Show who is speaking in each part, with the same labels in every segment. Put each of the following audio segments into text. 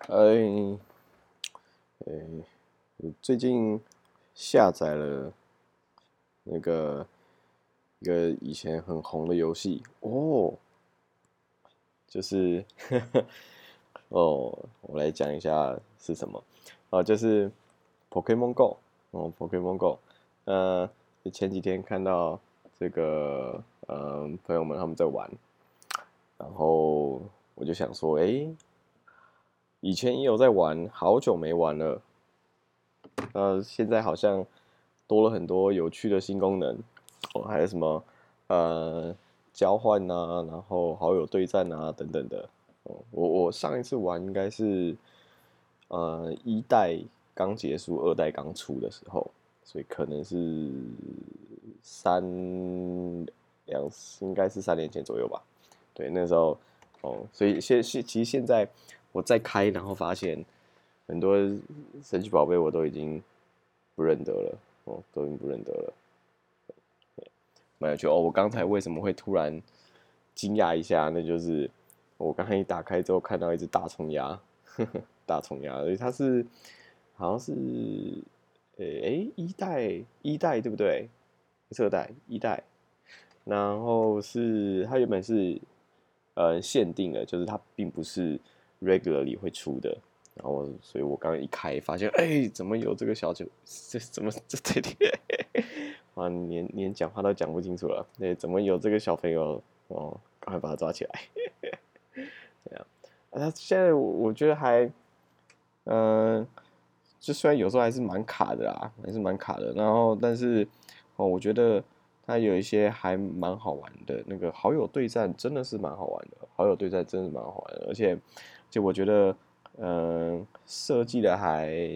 Speaker 1: 哎，最近下载了那个一个以前很红的游戏哦，就是哦，我来讲一下是什么就是 Pokemon Go Pokemon Go，前几天看到这个朋友们他们在玩，然后我就想说，以前也有在玩，好久没玩了，现在好像多了很多有趣的新功能还有什么交换啊，然后好友对战啊等等的。我上一次玩应该是一代刚结束，二代刚出的时候，所以可能是三两应该是3年前左右吧。对，那时候所以其实现在我再开，然后发现很多神奇宝贝我都已经不认得了，都已经不认得了，蛮有趣哦。我刚才为什么会突然惊讶一下？那就是我刚才一打开之后看到一只大葱鸭，大葱鸭，而且它是好像是一代对不对？2代一代，然后是它原本是限定的，就是它并不是 regularly 会出的。然后，所以我刚刚一开发现，怎么有这个小酒？这怎么这啊，连讲话都讲不清楚了。对，怎么有这个小朋友？哦，赶快把他抓起来。这样，他现在我觉得还，嗯、就虽然有时候还是蛮卡的啦，还是蛮卡的。然后，但是我觉得它有一些还蛮好玩的。那个好友对战真的是蛮好玩的，好友对战真的是蛮好玩的，而且就我觉得，设计的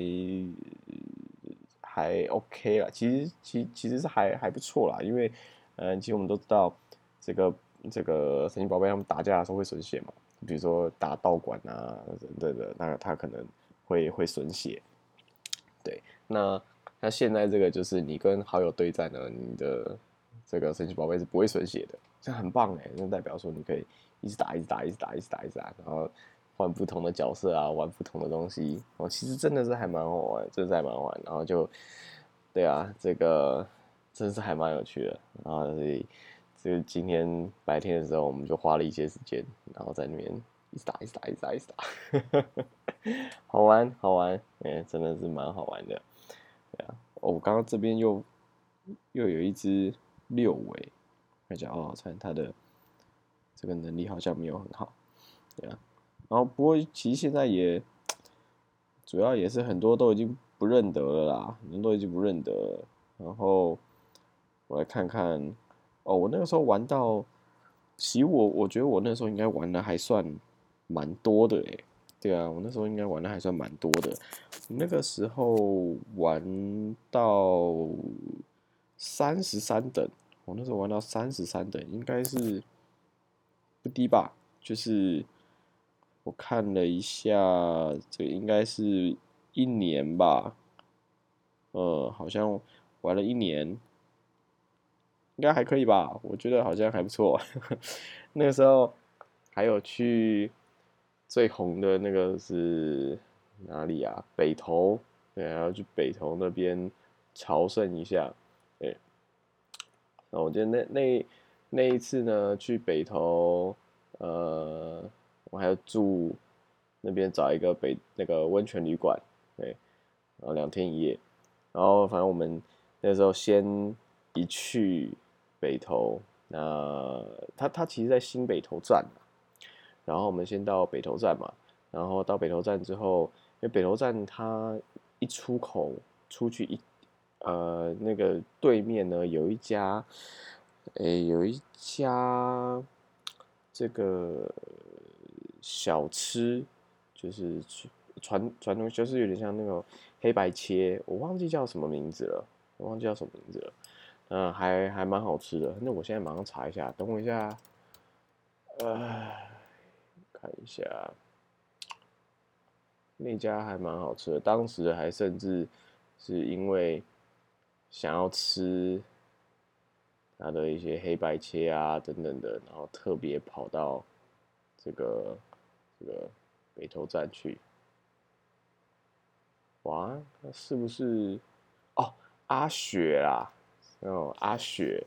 Speaker 1: 还 OK 啦，其实是还不错啦，因为其实我们都知道这个这个神奇宝贝他们打架的时候会损血嘛，比如说打道馆啊等等的，那他可能会损血。对，那现在这个就是你跟好友对战呢，你的这个神奇宝贝是不会损血的，这很棒哎，那代表说你可以一直打，一直打，一直打，一直打，一直打，然后换不同的角色啊，玩不同的东西，其实真的是还蛮好玩，真的是还蛮好玩，然后就，对啊，这个真是还蛮有趣的，然后所以这个今天白天的时候，我们就花了一些时间，然后在那边一直打，一直打，一直打，一直打，好玩，好玩，真的是蛮好玩的。对啊，我刚刚这边又有一只六尾，看一下它的这个能力好像没有很好，对啊。然后不过其实现在也主要也是很多都已经不认得了啦，很多都已经不认得了。然后我来看看，我那个时候玩到，其实我觉得我那时候应该玩的还算蛮多的诶，对啊，我那时候应该玩的还算蛮多的。那个时候玩到33等，我那时候玩到33等，应该是不低吧？就是我看了一下，这个应该是1年吧，好像玩了1年，应该还可以吧？我觉得好像还不错。那个时候还有去最红的那个是哪里啊？北投，对，还要去北投那边朝圣一下。对，然后我记得那一次呢，去北投，我还要住那边找一个那个温泉旅馆，对，然后2天1夜，然后反正我们那时候先一去北投，那他其实在新北投站，然后我们先到北投站嘛，然后到北投站之后，因为北投站它一出口出去那个对面呢有一家这个小吃，就是传统就是有点像那种黑白切，我忘记叫什么名字了，我忘记叫什么名字了。还蛮好吃的。那我现在马上查一下，等我一下，呃，看一下，那家还蛮好吃的。当时还甚至是因为想要吃它的一些黑白切啊等等的，然后特别跑到这个这个北投站去。 哇，那是不是哦？阿雪啦，哦，阿雪，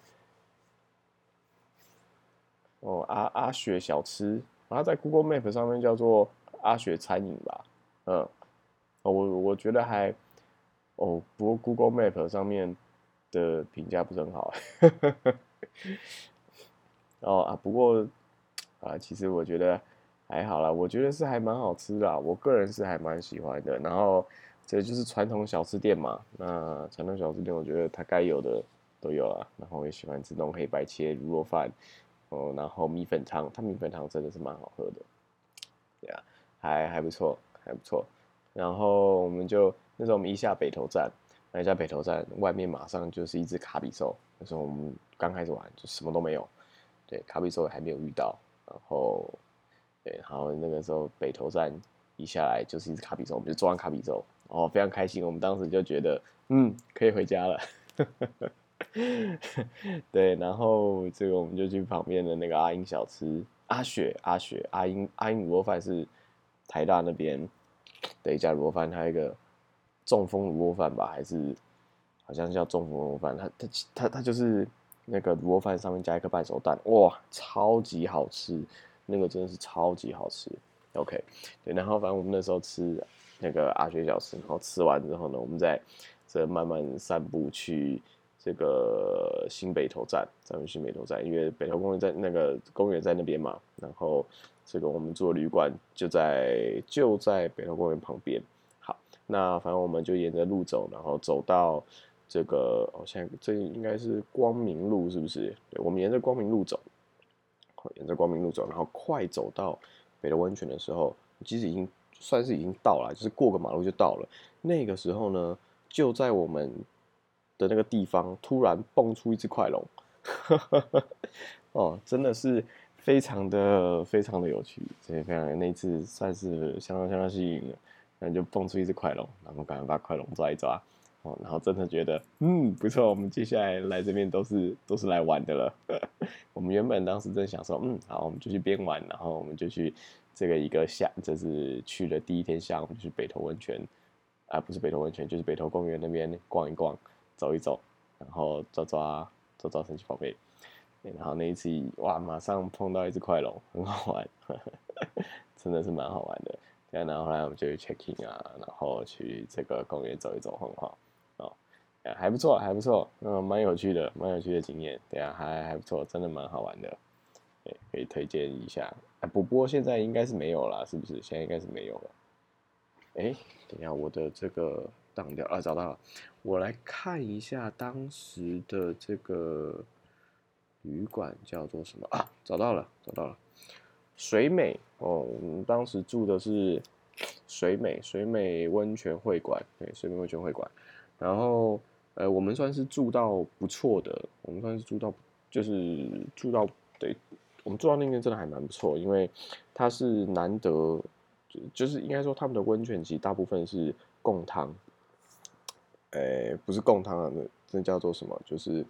Speaker 1: 哦，阿雪小吃，它在 Google Map 上面叫做阿雪餐饮吧，嗯，哦，我觉得还，哦，不过 Google Map 上面的评价不是很好，哦啊，不过啊，其实我觉得还好啦，我觉得是还蛮好吃的啦，我个人是还蛮喜欢的。然后这就是传统小吃店嘛，那传统小吃店我觉得它该有的都有了。然后我也喜欢吃那种黑白切卤肉饭，哦，然后米粉汤，它米粉汤真的是蛮好喝的，对啊，还不错，还不错。然后我们就那时候我们一下北投站，那一下北投站外面马上就是一只卡比兽，那时候我们刚开始玩就什么都没有，对，卡比兽还没有遇到，然后对，然后那个时候北投站一下来就是一只卡比兽，我们就坐上卡比兽，哦，非常开心，我们当时就觉得可以回家了。对，然后这个我们就去旁边的那个阿英小吃，阿英卤肉饭是台大那边的一家卤肉饭，它有一个中风卤肉饭吧，还是好像叫中风卤肉饭，它就是那个卤肉饭上面加一颗半熟蛋，哇，超级好吃，那个真的是超级好吃。OK，对，然后反正我们那时候吃那个阿雪小吃，然后吃完之后呢，我们再这慢慢散步去这个新北投站，咱们新北投站，因为北投公园在那个公园在那边嘛，然后这个我们住的旅馆就在北投公园旁边。好，那反正我们就沿着路走，然后走到这个现在这应该是光明路，是不是？对，我们沿着光明路走，沿着光明路走，然后快走到北投温泉的时候，其实已经到了，就是过个马路就到了。那个时候呢，就在我们的那个地方，突然蹦出一只快龙，哦，真的是非常的有趣，所以非常那一次算是相当幸运了，然后就蹦出一只快龙，然后赶快把快龙抓一抓，哦，然后真的觉得不错，我们接下来来这边都是来玩的了。我们原本当时正想说，好，我们就去边玩，然后我们就去这个一个这是去了第一天下午，就去北投温泉，啊，不是北投温泉，就是北投公园那边逛一逛，走一走，然后抓神奇宝贝，然后那一次哇，马上碰到一只快龙，很好玩，真的是蛮好玩的。对啊，然后后来我们就去 check in 啊，然后去这个公园走一走，晃晃，哦，还不错，还不错，蛮有趣的，蛮有趣的经验。对啊，还不错，真的蛮好玩的，对，可以推荐一下。不过现在应该是没有了，是不是？现在应该是没有了。哎，等一下，我的这个当掉啊，找到了，我来看一下当时的这个旅馆叫做什么啊？找到了，找到了，水美哦，我们当时住的是水美温泉会馆，对，水美温泉会馆。然后我们算是住到不错的，我们算是就是住到对，我们住到那边真的还蛮不错，因为它是难得，就是应该说他们的温泉其实大部分是贡汤，不是贡汤啊，那叫做什么？就是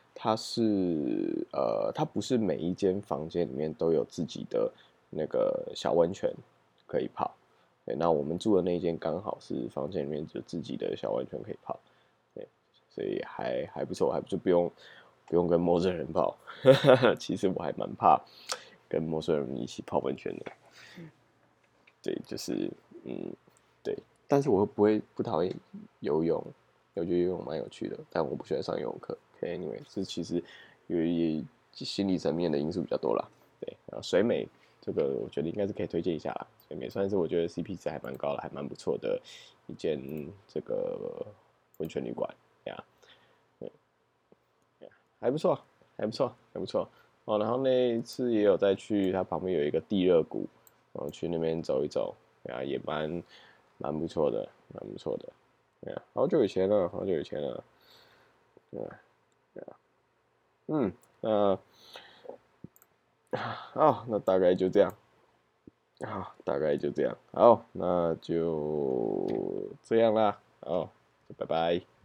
Speaker 1: 它不是每一间房间里面都有自己的那个小温泉可以泡。对，那我们住的那一间刚好是房间里面就自己的小温泉可以泡，对，所以还不错，还就不用跟陌生人泡。其实我还蛮怕跟陌生人一起泡温泉的。对，就是嗯，对，但是我又不讨厌游泳，我觉得游泳蛮有趣的，但我不喜欢上游泳课。OK，anyway，这其实有一心理层面的因素比较多啦。对，然后水美这个我觉得应该是可以推荐一下啦，水美算是我觉得 CP 值还蛮高的，还蛮不错的一间这个温泉旅馆呀，对，还不错，还不错，还不错。哦，然后那一次也有再去它旁边有一个地热谷，然后去那边走一走，啊，也蛮不错的，蛮不错的。对啊，好久以前了，好久以前了。对啊，对啊，嗯，那好，那大概就这样。好，大概就这样。好，那就这样啦。好，拜拜。